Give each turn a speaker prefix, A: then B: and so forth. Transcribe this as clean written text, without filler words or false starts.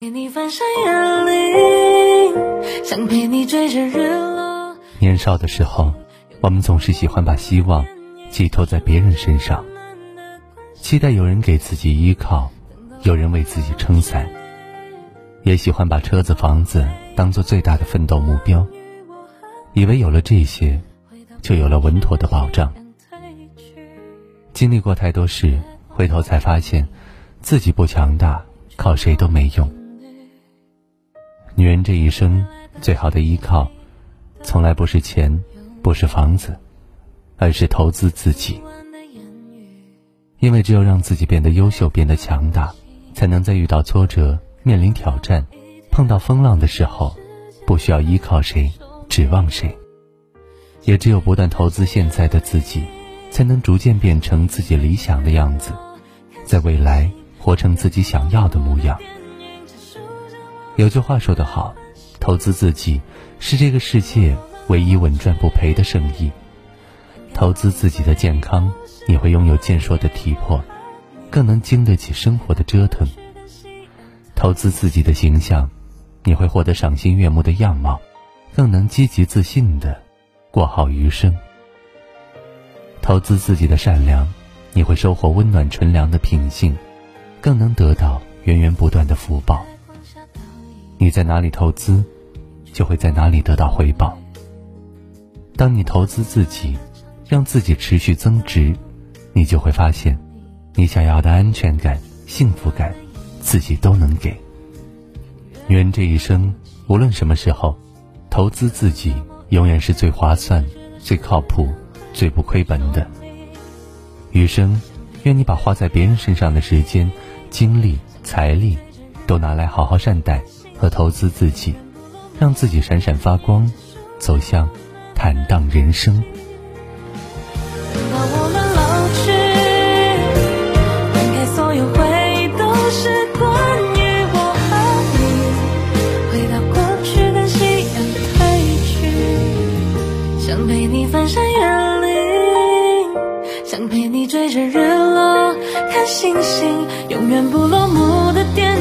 A: 陪你翻山越岭，想陪你追着日落。
B: 年少的时候，我们总是喜欢把希望寄托在别人身上，期待有人给自己依靠，有人为自己撑伞，也喜欢把车子房子当作最大的奋斗目标，以为有了这些就有了稳妥的保障。经历过太多事，回头才发现自己不强大，靠谁都没用。女人这一生最好的依靠从来不是钱，不是房子，而是投资自己。因为只有让自己变得优秀，变得强大，才能在遇到挫折，面临挑战，碰到风浪的时候，不需要依靠谁，指望谁。也只有不断投资现在的自己，才能逐渐变成自己理想的样子，在未来活成自己想要的模样。有句话说得好，投资自己是这个世界唯一稳赚不赔的生意。投资自己的健康，你会拥有健硕的体魄，更能经得起生活的折腾。投资自己的形象，你会获得赏心悦目的样貌，更能积极自信地过好余生。投资自己的善良，你会收获温暖纯良的品性，更能得到源源不断的福报。你在哪里投资，就会在哪里得到回报。当你投资自己，让自己持续增值，你就会发现，你想要的安全感、幸福感，自己都能给。女人这一生，无论什么时候，投资自己永远是最划算、最靠谱、最不亏本的。余生，愿你把花在别人身上的时间、精力、财力，都拿来好好善待和投资自己，让自己闪闪发光，走向坦荡人生。
A: 等到我们老去，翻开所有回忆，都是关于我和你，回到过去跟夕阳褪去，想陪你翻山越岭，想陪你追着日落，看星星永远不落幕的电